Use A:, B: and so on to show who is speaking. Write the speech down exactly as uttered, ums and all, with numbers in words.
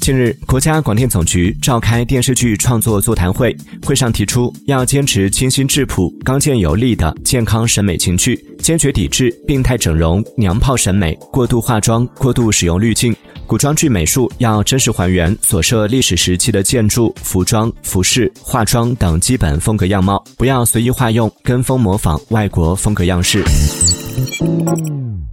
A: 近日，国家广电总局召开电视剧创作座谈会，会上提出要坚持清新质朴、刚健有力的健康审美情趣，坚决抵制病态整容、娘炮审美、过度化妆、过度使用滤镜。古装剧美术要真实还原所涉历史时期的建筑、服装、服饰、化妆等基本风格样貌，不要随意化用、跟风模仿外国风格样式。